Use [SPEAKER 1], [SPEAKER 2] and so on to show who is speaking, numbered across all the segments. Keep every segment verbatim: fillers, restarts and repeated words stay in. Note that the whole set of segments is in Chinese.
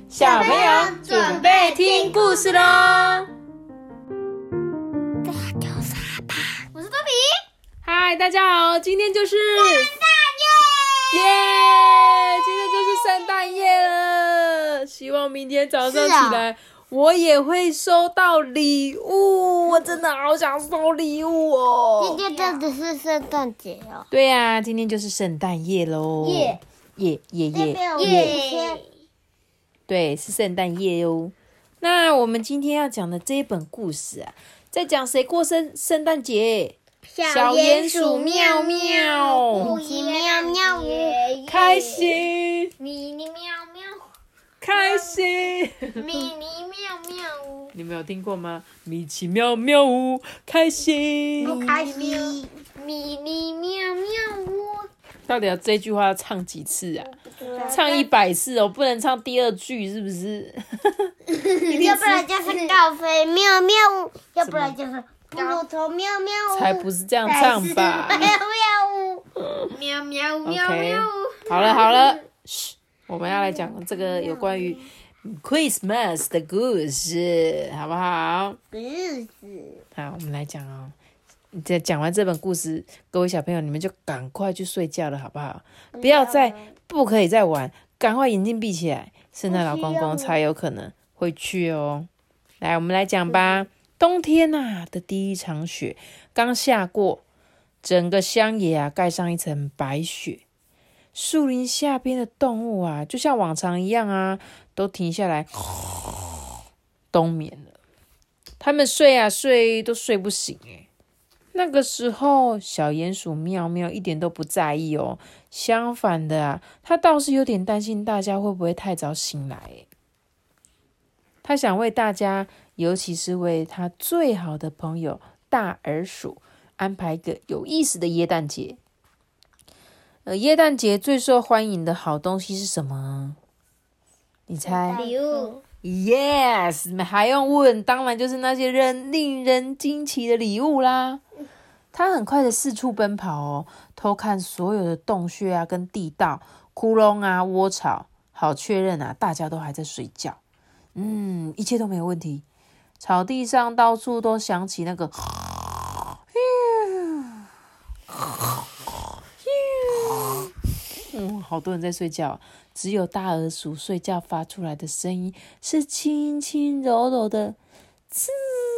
[SPEAKER 1] 小朋友准备听故事咯。
[SPEAKER 2] 这就是阿爸，我是多比。
[SPEAKER 1] 嗨，大家好，今天就是
[SPEAKER 2] 圣诞
[SPEAKER 1] 夜，耶！今天就是圣诞夜了。希望明天早上起来，我也会收到礼物。我真的好想收礼物哦。
[SPEAKER 2] 今天真的是圣诞节哦。
[SPEAKER 1] 对呀、啊，今天就是圣诞夜喽。
[SPEAKER 2] 夜
[SPEAKER 1] 夜夜夜
[SPEAKER 2] 夜。
[SPEAKER 1] 对，是圣诞夜哦。那我们今天要讲的这一本故事啊，在讲谁过生圣诞节？小鼹鼠妙妙，
[SPEAKER 2] 米奇妙妙屋，
[SPEAKER 1] 开心，
[SPEAKER 2] 米妮妙妙，
[SPEAKER 1] 开心，
[SPEAKER 2] 米妮妙妙屋，
[SPEAKER 1] 你们有听过吗？米奇妙妙屋，开心，
[SPEAKER 2] 开心，米妮妙妙屋。
[SPEAKER 1] 到底要这句话要唱几次啊？唱一百次哦，不能唱第二句，是不是？
[SPEAKER 2] 要不然就是高飞妙妙屋，要不然就是布鲁头妙妙屋。
[SPEAKER 1] 才不是这样唱吧？
[SPEAKER 2] 妙妙屋，妙妙屋，妙妙屋。
[SPEAKER 1] 好了好了，嘘，我们要来讲这个有关于 Christmas 的故事，好不好？
[SPEAKER 2] 故事。
[SPEAKER 1] 好，我们来讲哦。在讲完这本故事，各位小朋友，你们就赶快去睡觉了，好不好？不要再，不可以再玩，赶快眼睛闭起来，圣诞老公公才有可能会去哦。来，我们来讲吧。冬天啊的第一场雪刚下过，整个乡野啊盖上一层白雪，树林下边的动物啊，就像往常一样啊，都停下来冬眠了。他们睡啊睡都睡不醒诶。那个时候，小鼹鼠妙妙一点都不在意哦。相反的啊，他倒是有点担心大家会不会太早醒来。他想为大家，尤其是为他最好的朋友大耳鼠，安排一个有意思的耶诞节。呃，耶诞节最受欢迎的好东西是什么？你猜？
[SPEAKER 2] 礼物。
[SPEAKER 1] Yes， 还用问？当然就是那些人令人惊奇的礼物啦。他很快的四处奔跑哦，偷看所有的洞穴啊、跟地道、窟窿啊、窝巢，好确认啊，大家都还在睡觉。嗯，一切都没有问题。草地上到处都响起那个，嗯，好多人在睡觉，只有大耳鼠睡觉发出来的声音是轻轻柔柔的呲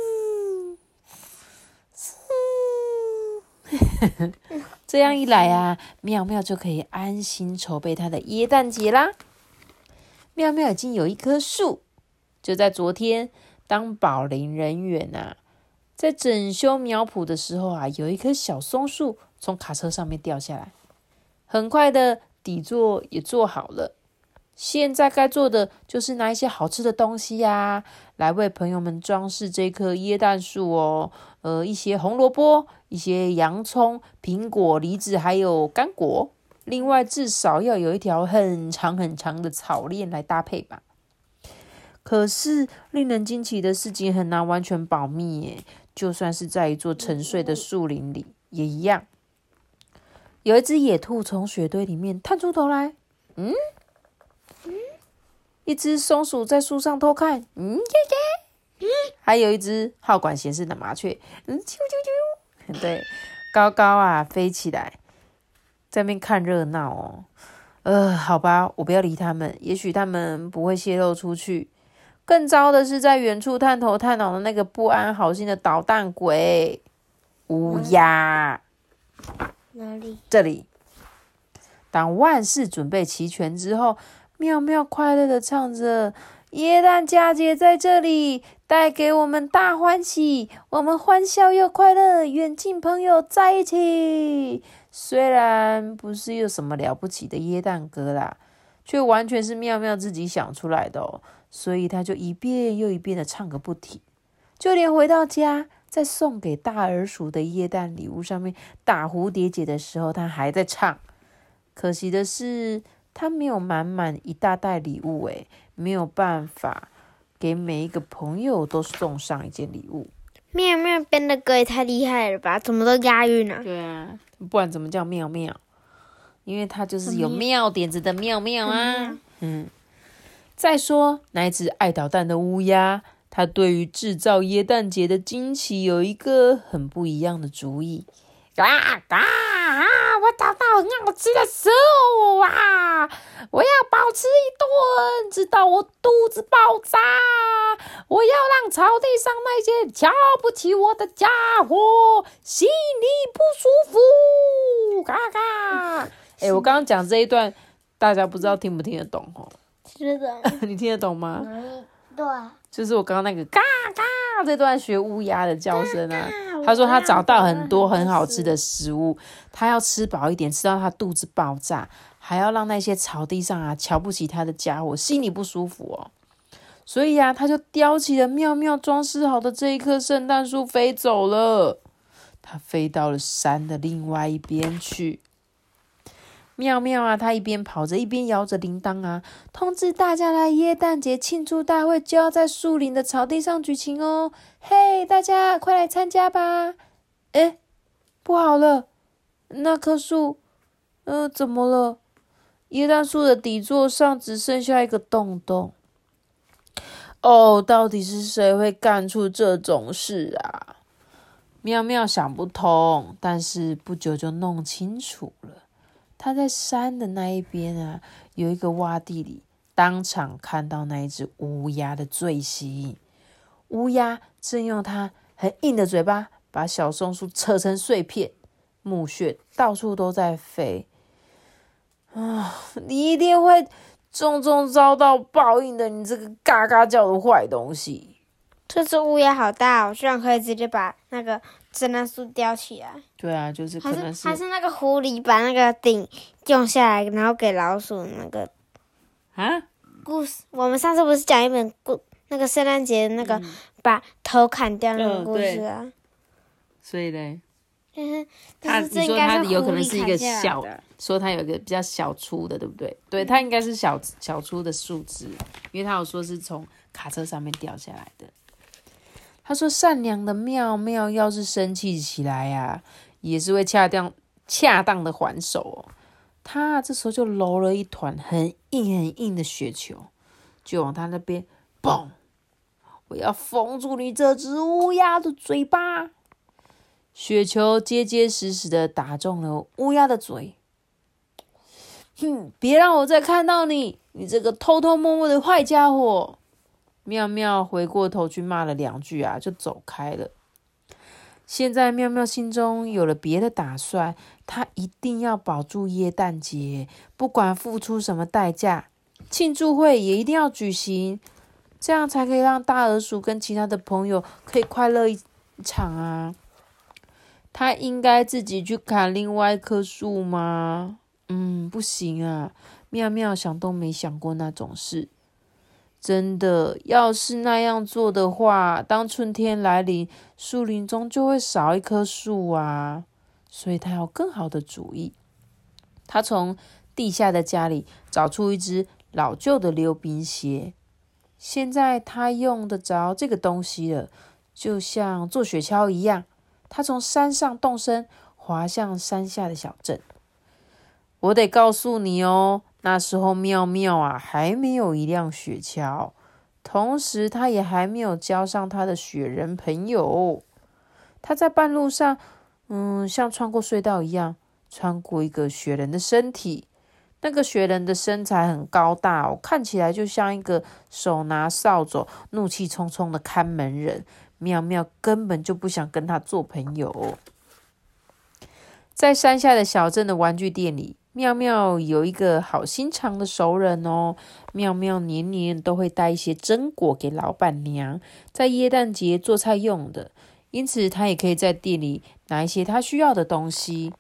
[SPEAKER 1] 呲。这样一来啊，妙妙就可以安心筹备她的耶诞节啦。妙妙已经有一棵树，就在昨天当保龄人员啊，在整修苗圃的时候啊，有一棵小松树从卡车上面掉下来，很快的底座也做好了。现在该做的就是拿一些好吃的东西啊，来为朋友们装饰这棵耶诞树哦。呃，一些红萝卜，一些洋葱、苹果、梨子，还有干果。另外，至少要有一条很长很长的草链来搭配吧。可是，令人惊奇的事情很难完全保密耶，就算是在一座沉睡的树林里也一样。有一只野兔从雪堆里面探出头来，嗯。一只松鼠在树上偷看，嗯耶耶，还有一只好管闲事的麻雀，嗯啾啾啾，对，高高啊飞起来，在那边看热闹哦。呃，好吧，我不要理他们，也许他们不会泄露出去。更糟的是，在远处探头探脑的那个不安好心的捣蛋鬼乌鸦，
[SPEAKER 2] 哪里？
[SPEAKER 1] 这里。当万事准备齐全之后，妙妙快乐的唱着耶诞佳节在这里，带给我们大欢喜，我们欢笑又快乐，远近朋友在一起。虽然不是有什么了不起的耶诞歌啦，却完全是妙妙自己想出来的哦，所以他就一遍又一遍的唱个不停。就连回到家，在送给大耳鼠的耶诞礼物上面打蝴蝶结的时候，他还在唱。可惜的是，他没有满满一大袋礼物，诶，没有办法给每一个朋友都送上一件礼物。
[SPEAKER 2] 妙妙编的歌也太厉害了吧，怎么都押韵啊？
[SPEAKER 1] 对啊，不然怎么叫妙妙？因为他就是有妙点子的妙妙啊。嗯， 再说，那只爱捣蛋的乌鸦，它对于制造耶诞节的惊奇有一个很不一样的主意。嘎嘎啊！我找到很好吃的食物啊！我要饱吃一顿，直到我肚子爆炸！我要让草地上那些瞧不起我的家伙心里不舒服！嘎嘎！哎、欸，我刚刚讲这一段，大家不知道听不听得懂哦？
[SPEAKER 2] 听得
[SPEAKER 1] 懂。你听得懂吗？
[SPEAKER 2] 嗯，对。
[SPEAKER 1] 就是我刚刚那个嘎嘎这段学乌鸦的叫声啊。他说他找到很多很好吃的食物，他要吃饱一点，吃到他肚子爆炸，还要让那些草地上啊瞧不起他的家伙心里不舒服哦。所以啊，他就叼起了妙妙装饰好的这一棵圣诞树飞走了。他飞到了山的另外一边去。妙妙啊，他一边跑着一边摇着铃铛啊，通知大家来耶诞节庆祝大会就要在树林的草地上举行哦！嘿，大家快来参加吧！诶，不好了，那棵树，呃，怎么了？耶诞树的底座上只剩下一个洞洞。哦，到底是谁会干出这种事啊？妙妙想不通，但是不久就弄清楚了。他在山的那一边啊，有一个洼地里，当场看到那一只乌鸦的罪行。乌鸦正用它很硬的嘴巴把小松树扯成碎片，木屑到处都在飞。啊，你一定会重重遭到报应的，你这个嘎嘎叫的坏东西！
[SPEAKER 2] 这只乌鸦好大哦，居然可以直接把那个圣诞树叼起来。
[SPEAKER 1] 对啊，就是可能是
[SPEAKER 2] 还是那个狐狸把那个顶用下来，然后给老鼠那个
[SPEAKER 1] 啊
[SPEAKER 2] 故事。我们上次不是讲一本故那个圣诞节那个、嗯、把头砍掉那个故事啊？
[SPEAKER 1] 嗯、所以嘞，
[SPEAKER 2] 嗯，
[SPEAKER 1] 他你说他有可能是一个小，说他有一个比较小粗的，对不对？对，他应该是小小粗的树枝，因为他有说是从卡车上面掉下来的。他说：“善良的妙妙要是生气起来呀、啊，也是会恰当恰当的还手哦。他这时候就揉了一团很硬很硬的雪球，就往他那边嘣！我要封住你这只乌鸦的嘴巴。雪球结结实实的打中了乌鸦的嘴。哼，别让我再看到你，你这个偷偷摸摸的坏家伙！”妙妙回过头去骂了两句啊，就走开了。现在妙妙心中有了别的打算，她一定要保住耶诞节，不管付出什么代价，庆祝会也一定要举行，这样才可以让大耳鼠跟其他的朋友可以快乐一场啊。她应该自己去砍另外一棵树吗？嗯，不行啊。妙妙想都没想过那种事。真的，要是那样做的话，当春天来临，树林中就会少一棵树啊。所以他有更好的主意。他从地下的家里找出一只老旧的溜冰鞋，现在他用得着这个东西了，就像坐雪橇一样。他从山上动身，滑向山下的小镇。我得告诉你哦，那时候妙妙啊还没有一辆雪橇，同时他也还没有交上他的雪人朋友。他在半路上，嗯，像穿过隧道一样，穿过一个雪人的身体。那个雪人的身材很高大哦，看起来就像一个手拿扫帚、怒气冲冲的看门人。妙妙根本就不想跟他做朋友。在山下的小镇的玩具店里，妙妙有一个好心肠的熟人哦。妙妙年年都会带一些榛果给老板娘，在耶诞节做菜用的，因此她也可以在店里拿一些她需要的东西。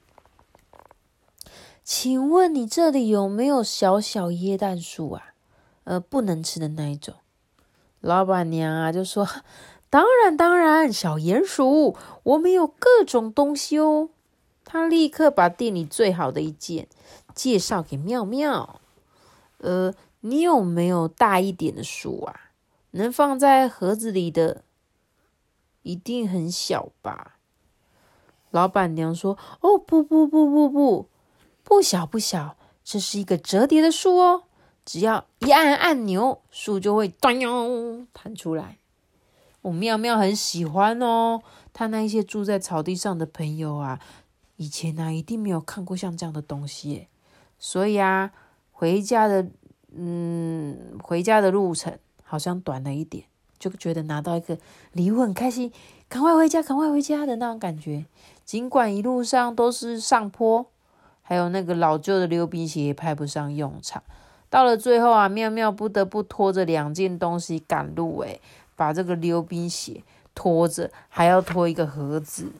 [SPEAKER 1] 请问你这里有没有小小耶诞树啊？呃，不能吃的那一种。老板娘啊就说：当然当然，小鼹鼠，我们有各种东西哦。他立刻把店里最好的一件介绍给妙妙。呃，你有没有大一点的树啊？能放在盒子里的？一定很小吧？老板娘说：哦，不不不不不，不小不小，这是一个折叠的树哦。 只要一按按钮，树就会咚哟弹出来。我、哦、妙妙很喜欢哦，他那一些住在草地上的朋友啊，以前啊一定没有看过像这样的东西耶。所以啊，回家的嗯，回家的路程好像短了一点，就觉得拿到一个礼物很开心，赶快回家，赶快回家的那种感觉。尽管一路上都是上坡，还有那个老旧的溜冰鞋也派不上用场。到了最后啊，妙妙不得不拖着两件东西赶路，诶，把这个溜冰鞋拖着，还要拖一个盒子。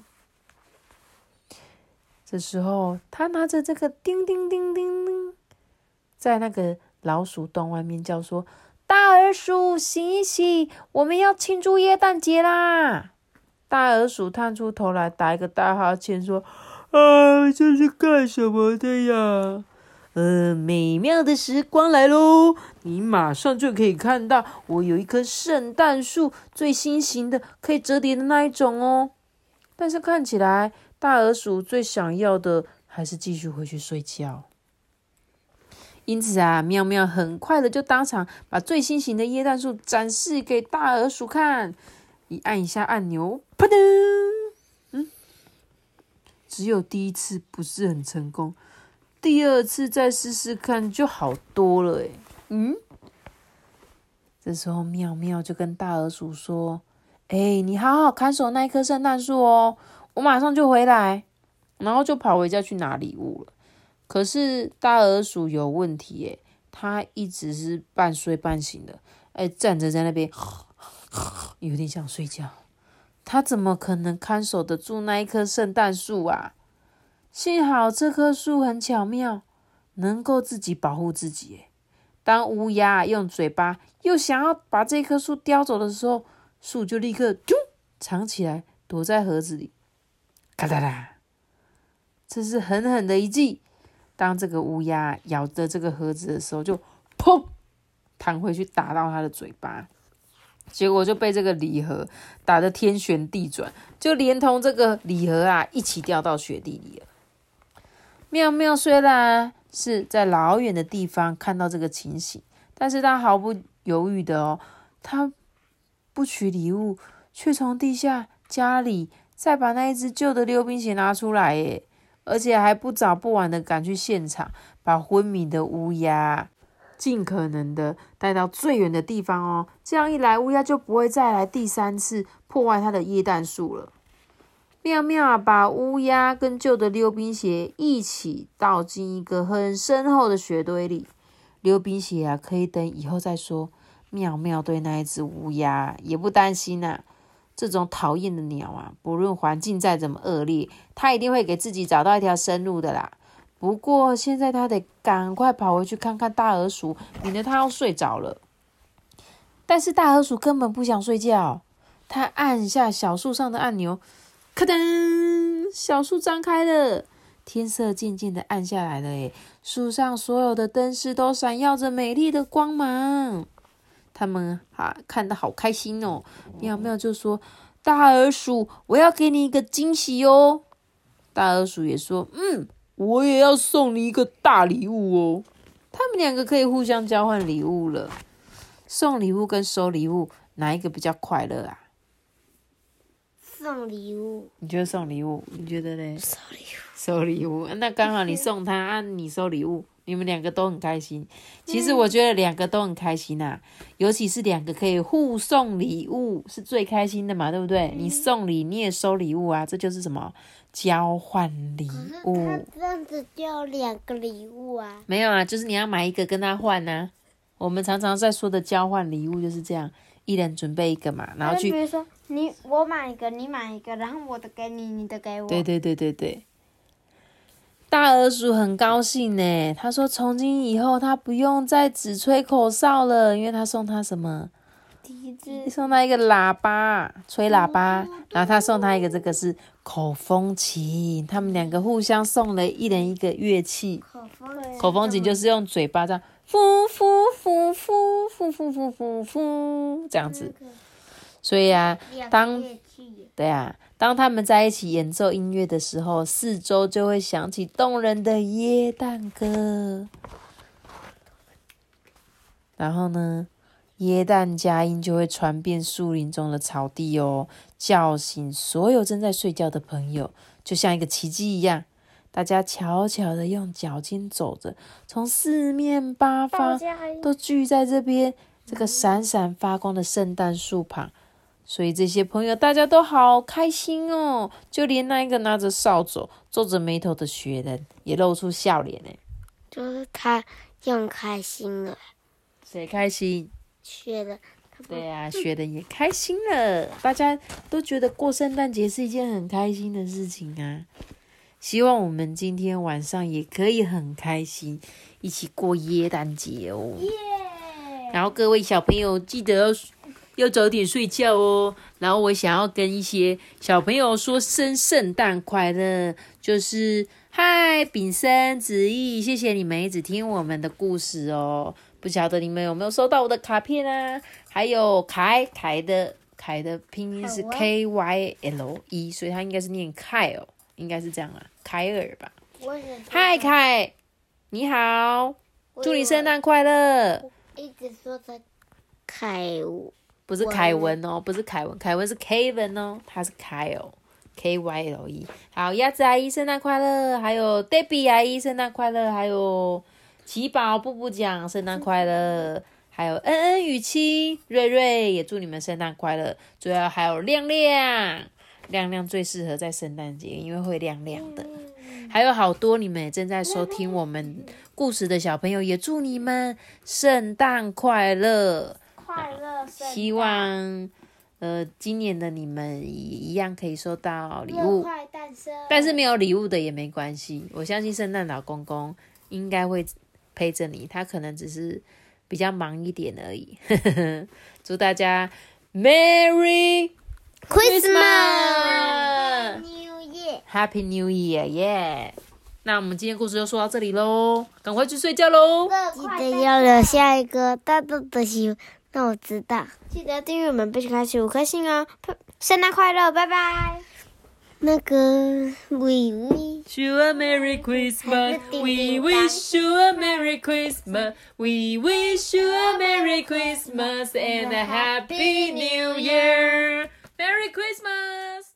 [SPEAKER 1] 这时候，他拿着这个叮叮叮叮叮，在那个老鼠洞外面叫说：“大耳鼠，醒一醒，我们要庆祝耶诞节啦！”大耳鼠探出头来，打一个大哈欠，说：“啊，这是干什么的呀？呃，美妙的时光来咯，你马上就可以看到我有一棵圣诞树，最新型的，可以折叠的那一种哦。但是看起来，大耳鼠最想要的还是继续回去睡觉。因此啊，妙妙很快的就当场把最新型的耶诞树展示给大耳鼠看。一按一下按钮，啪噔，嗯，只有第一次不是很成功，第二次再试试看就好多了诶。嗯，这时候妙妙就跟大耳鼠说：“哎，你好好看守那一棵圣诞树哦，我马上就回来。”然后就跑回家去拿礼物了。可是大耳鼠有问题耶，它一直是半睡半醒的，哎，站着在那边。有点想睡觉，他怎么可能看守得住那一棵圣诞树啊？幸好这棵树很巧妙，能够自己保护自己。当乌鸦用嘴巴又想要把这棵树叼走的时候，树就立刻啾藏起来，躲在盒子里。咔哒啦，这是狠狠的一击。当这个乌鸦咬着这个盒子的时候，就砰弹回去打到它的嘴巴。结果就被这个礼盒打得天旋地转，就连同这个礼盒啊一起掉到雪地里了。妙妙虽然是在老远的地方看到这个情形，但是他毫不犹豫的哦，他不取礼物，却从地下家里再把那一只旧的溜冰鞋拿出来耶，而且还不早不晚的赶去现场，把昏迷的乌鸦尽可能的带到最远的地方哦，这样一来，乌鸦就不会再来第三次破坏它的耶诞树了。妙妙啊，把乌鸦跟旧的溜冰鞋一起倒进一个很深厚的雪堆里。溜冰鞋啊，可以等以后再说。妙妙对那一只乌鸦也不担心啊，这种讨厌的鸟啊，不论环境再怎么恶劣，它一定会给自己找到一条生路的啦。不过现在他得赶快跑回去看看大耳鼠，免得他要睡着了。但是大耳鼠根本不想睡觉，他按下小树上的按钮，咔噔，小树张开了，天色渐渐的暗下来了耶，树上所有的灯饰都闪耀着美丽的光芒。他们啊看得好开心哦，妙妙就说：“大耳鼠，我要给你一个惊喜哦。”大耳鼠也说：“嗯。”我也要送你一个大礼物哦。他们两个可以互相交换礼物了。送礼物跟收礼物哪一个比较快乐啊？
[SPEAKER 2] 送礼物。
[SPEAKER 1] 你觉得送礼物？你觉得呢？
[SPEAKER 2] 收礼物。
[SPEAKER 1] 收礼物，那刚好你送他，啊、你收礼物，你们两个都很开心。其实我觉得两个都很开心啊，尤其是两个可以互送礼物，是最开心的嘛，对不对？你送礼，你也收礼物啊，这就是什么？交换礼物。
[SPEAKER 2] 可是他这样子就有两个礼物啊。
[SPEAKER 1] 没有啊，就是你要买一个跟他换啊。我们常常在说的交换礼物就是这样，一人准备一个嘛，然后去。
[SPEAKER 2] 比如说你我买一个，你买一个，然后我的给你，你的给我。
[SPEAKER 1] 对对对对对。大耳鼠很高兴呢，他说从今以后他不用再只吹口哨了，因为他送他什么？送他一个喇叭，吹喇叭，然后他送他一个这个是口风琴，他们两个互相送了一人一个乐器。口风琴就是用嘴巴这样，呼呼呼呼呼呼呼呼呼这样子。所以啊，当对啊，当他们在一起演奏音乐的时候，四周就会响起动人的耶诞歌。 然后呢，耶诞佳音就会传遍树林中的草地哦，叫醒所有正在睡觉的朋友，就像一个奇迹一样。大家悄悄的用脚尖走着，从四面八方都聚在这边这个闪闪发光的圣诞树旁。所以这些朋友大家都好开心哦，就连那一个拿着扫帚、皱着眉头的雪人也露出笑脸呢。
[SPEAKER 2] 就是他用开心了。
[SPEAKER 1] 谁开心？
[SPEAKER 2] 雪人。
[SPEAKER 1] 对啊，雪人也开心了。大家都觉得过圣诞节是一件很开心的事情啊。希望我们今天晚上也可以很开心，一起过耶诞节哦。Yeah! 然后各位小朋友记得要要早点睡觉哦。然后我想要跟一些小朋友说声圣诞快乐，就是嗨，丙生、子毅，谢谢你们一直听我们的故事哦。不晓得你们有没有收到我的卡片啊？还有凯凯的凯的拼音是 K Y L E， 所以他应该是念凯哦，应该是这样啊，凯尔吧。嗨，凯，你好，祝你圣诞快乐。
[SPEAKER 2] 一直说着凯文。
[SPEAKER 1] 不是凯文哦，不是凯文，凯文是 Kevin 哦，他是 Kyle，K Y L E。好，鸭子阿姨圣诞快乐，还有 Debbie 阿姨圣诞快乐，还有奇宝布布讲圣诞快乐，还有恩恩雨琪瑞瑞也祝你们圣诞快乐。最后还有亮亮，亮亮最适合在圣诞节，因为会亮亮的。还有好多你们也正在收听我们故事的小朋友，也祝你们圣诞快乐。
[SPEAKER 2] 快乐圣诞，
[SPEAKER 1] 希望呃今年的你们也一样可以收到礼物，
[SPEAKER 2] 快诞生。
[SPEAKER 1] 但是没有礼物的也没关系，我相信圣诞老公公应该会陪着你，他可能只是比较忙一点而已。祝大家 Merry Christmas
[SPEAKER 2] New Year
[SPEAKER 1] Happy New Year 耶、yeah! 那我们今天故事就说到这里咯，赶快去睡觉咯，
[SPEAKER 2] 记得要留下一个大大的喜，那我知道。记得订阅我们，并且开启五颗星哦。圣诞快乐，拜拜。那个 We wish
[SPEAKER 1] you a Merry Christmas, We wish you a Merry Christmas, We wish you a Merry Christmas and a Happy New Year. Merry Christmas!